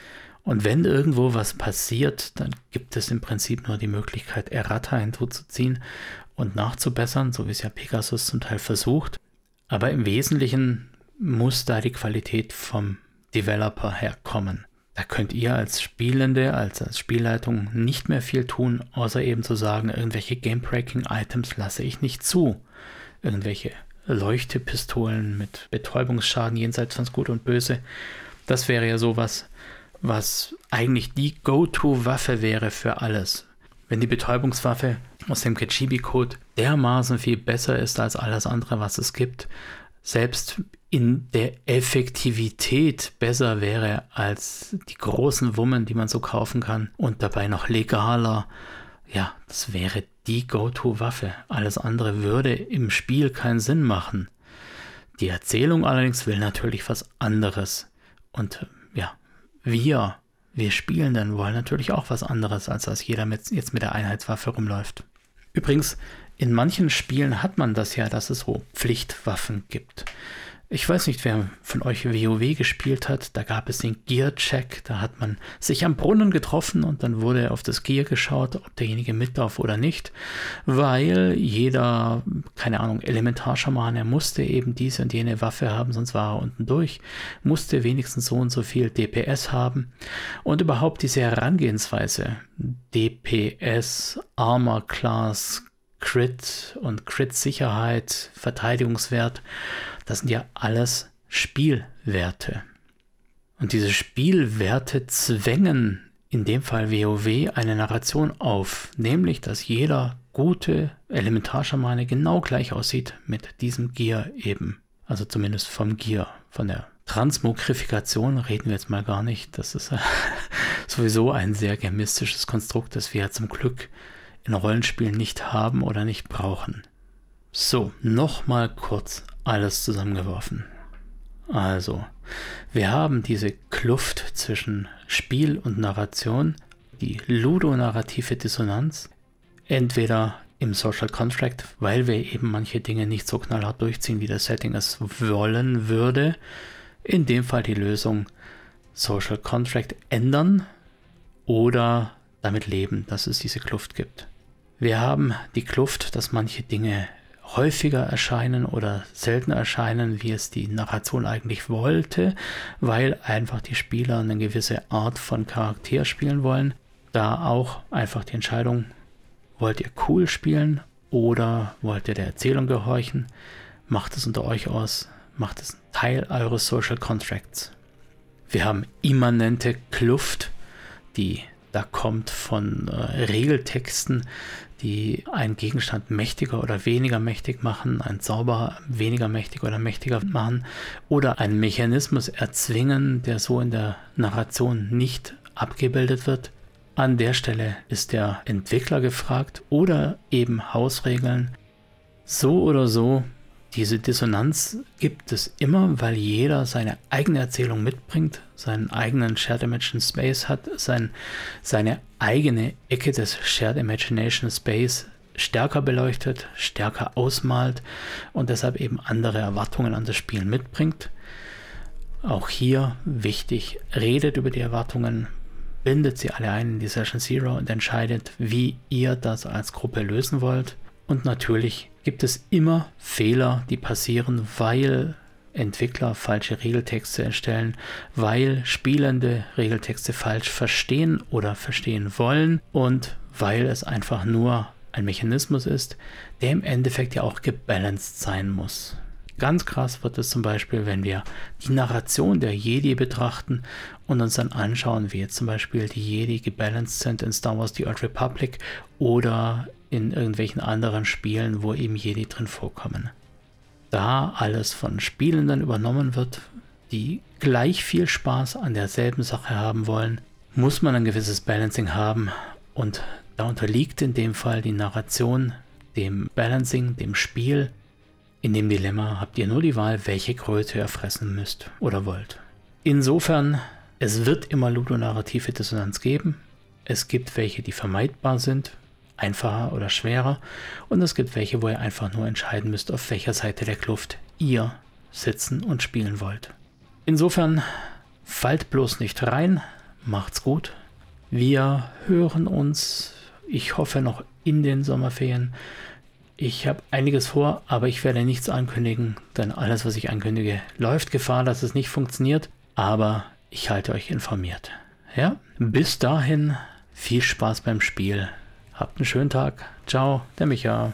Und wenn irgendwo was passiert, dann gibt es im Prinzip nur die Möglichkeit, Errata hinzuzuziehen und nachzubessern, so wie es ja Pegasus zum Teil versucht. Aber im Wesentlichen muss da die Qualität vom Developer herkommen. Da könnt ihr als Spielende, als, als Spielleitung nicht mehr viel tun, außer eben zu sagen, irgendwelche Game-Breaking-Items lasse ich nicht zu. Irgendwelche Leuchtepistolen mit Betäubungsschaden jenseits von Gut und Böse. Das wäre ja sowas, was eigentlich die Go-To-Waffe wäre für alles. Wenn die Betäubungswaffe aus dem Kechibi-Code dermaßen viel besser ist als alles andere, was es gibt, selbst in der Effektivität besser wäre als die großen Wummen, die man so kaufen kann und dabei noch legaler, ja, das wäre die Go-To-Waffe. Alles andere würde im Spiel keinen Sinn machen. Die Erzählung allerdings will natürlich was anderes. Und ja, wir, wir Spielenden wollen natürlich auch was anderes, als dass jeder mit, jetzt mit der Einheitswaffe rumläuft. Übrigens, in manchen Spielen hat man das ja, dass es so Pflichtwaffen gibt. Ich weiß nicht, wer von euch WoW gespielt hat, da gab es den Gear-Check, da hat man sich am Brunnen getroffen und dann wurde auf das Gear geschaut, ob derjenige mit darf oder nicht, weil jeder, keine Ahnung, Elementarschamane, er musste eben diese und jene Waffe haben, sonst war er unten durch, musste wenigstens so und so viel D P S haben und überhaupt diese Herangehensweise, D P S, Armor Class, Crit und Crit-Sicherheit, Verteidigungswert, das sind ja alles Spielwerte. Und diese Spielwerte zwängen in dem Fall WoW eine Narration auf, nämlich, dass jeder gute Elementarschamane genau gleich aussieht mit diesem Gear eben. Also zumindest vom Gear. Von der Transmogrifikation reden wir jetzt mal gar nicht. Das ist sowieso ein sehr gemistisches Konstrukt, das wir ja zum Glück in Rollenspielen nicht haben oder nicht brauchen. So, nochmal kurz alles zusammengeworfen. Also, wir haben diese Kluft zwischen Spiel und Narration, die ludonarrative Dissonanz, entweder im Social Contract, weil wir eben manche Dinge nicht so knallhart durchziehen, wie das Setting es wollen würde. In dem Fall die Lösung Social Contract ändern oder damit leben, dass es diese Kluft gibt. Wir haben die Kluft, dass manche Dinge häufiger erscheinen oder seltener erscheinen, wie es die Narration eigentlich wollte, weil einfach die Spieler eine gewisse Art von Charakter spielen wollen. Da auch einfach die Entscheidung, wollt ihr cool spielen oder wollt ihr der Erzählung gehorchen? Macht es unter euch aus, macht es Teil eures Social Contracts. Wir haben immanente Kluft, die da kommt von äh, Regeltexten, die einen Gegenstand mächtiger oder weniger mächtig machen, einen Zauber weniger mächtig oder mächtiger machen oder einen Mechanismus erzwingen, der so in der Narration nicht abgebildet wird. An der Stelle ist der Entwickler gefragt oder eben Hausregeln. So oder so, diese Dissonanz gibt es immer, weil jeder seine eigene Erzählung mitbringt, seinen eigenen Shared Imagination Space hat, sein, seine eigene Ecke des Shared Imagination Space stärker beleuchtet, stärker ausmalt und deshalb eben andere Erwartungen an das Spiel mitbringt. Auch hier wichtig, redet über die Erwartungen, bindet sie alle ein in die Session Zero und entscheidet, wie ihr das als Gruppe lösen wollt. Und natürlich gibt es immer Fehler, die passieren, weil Entwickler falsche Regeltexte erstellen, weil Spielende Regeltexte falsch verstehen oder verstehen wollen und weil es einfach nur ein Mechanismus ist, der im Endeffekt ja auch gebalanced sein muss. Ganz krass wird es zum Beispiel, wenn wir die Narration der Jedi betrachten und uns dann anschauen, wie jetzt zum Beispiel die Jedi gebalanced sind in Star Wars The Old Republic oder in irgendwelchen anderen Spielen, wo eben Jedi drin vorkommen. Da alles von Spielenden übernommen wird, die gleich viel Spaß an derselben Sache haben wollen, muss man ein gewisses Balancing haben und da unterliegt in dem Fall die Narration dem Balancing, dem Spiel. In dem Dilemma habt ihr nur die Wahl, welche Kröte ihr fressen müsst oder wollt. Insofern, es wird immer ludonarrative Dissonanz geben. Es gibt welche, die vermeidbar sind, einfacher oder schwerer. Und es gibt welche, wo ihr einfach nur entscheiden müsst, auf welcher Seite der Kluft ihr sitzen und spielen wollt. Insofern, fallt bloß nicht rein, macht's gut. Wir hören uns, ich hoffe noch in den Sommerferien. Ich habe einiges vor, aber ich werde nichts ankündigen, denn alles, was ich ankündige, läuft Gefahr, dass es nicht funktioniert. Aber ich halte euch informiert. Ja, bis dahin, viel Spaß beim Spiel. Habt einen schönen Tag. Ciao, der Micha.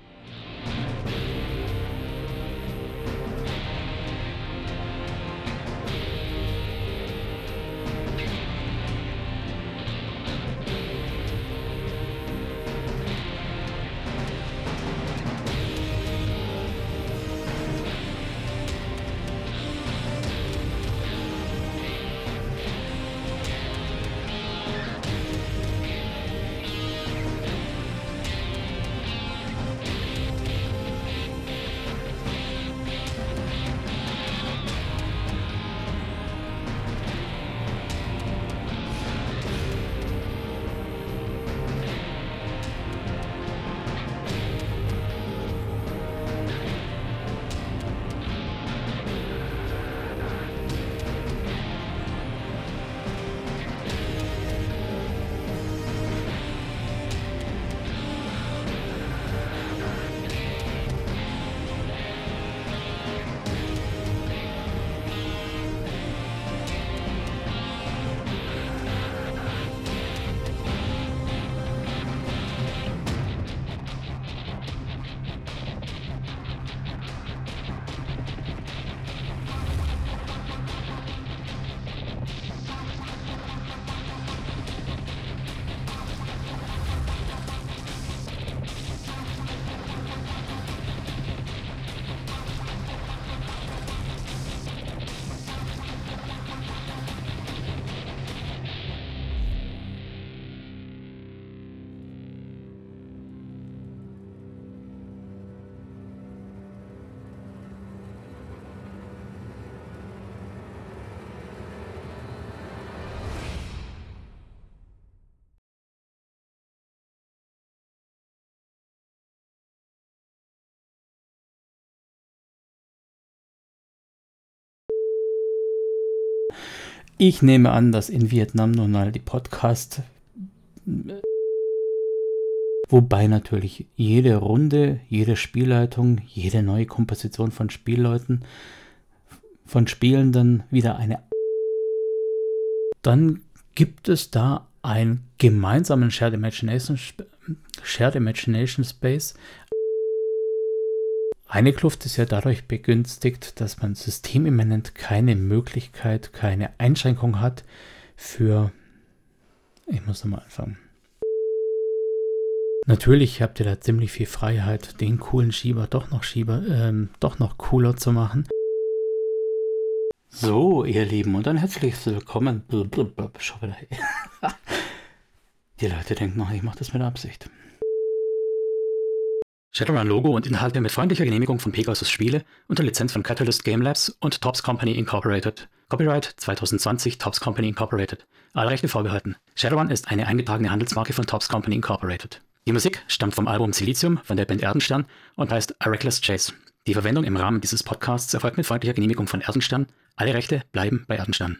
Ich nehme an, dass in Vietnam nun mal die Podcast Wobei natürlich jede Runde, jede Spielleitung, jede neue Komposition von Spielleuten, von Spielenden wieder eine. Dann gibt es da einen gemeinsamen Shared Imagination, Shared Imagination Space. Eine Kluft ist ja dadurch begünstigt, dass man systemimmanent keine Möglichkeit, keine Einschränkung hat für. Ich muss nochmal anfangen. Natürlich habt ihr da ziemlich viel Freiheit, den coolen Schieber doch noch Schieber, ähm, doch noch cooler zu machen. So, ihr Lieben, und ein herzliches Willkommen. Schau wieder. Die Leute denken noch, ich mache das mit Absicht. Shadowrun-Logo und Inhalte mit freundlicher Genehmigung von Pegasus Spiele unter Lizenz von Catalyst Game Labs und Topps Company Incorporated. Copyright zwanzig zwanzig Topps Company Incorporated. Alle Rechte vorbehalten. Shadowrun ist eine eingetragene Handelsmarke von Topps Company Incorporated. Die Musik stammt vom Album Silicium von der Band Erdenstern und heißt A Reckless Chase. Die Verwendung im Rahmen dieses Podcasts erfolgt mit freundlicher Genehmigung von Erdenstern. Alle Rechte bleiben bei Erdenstern.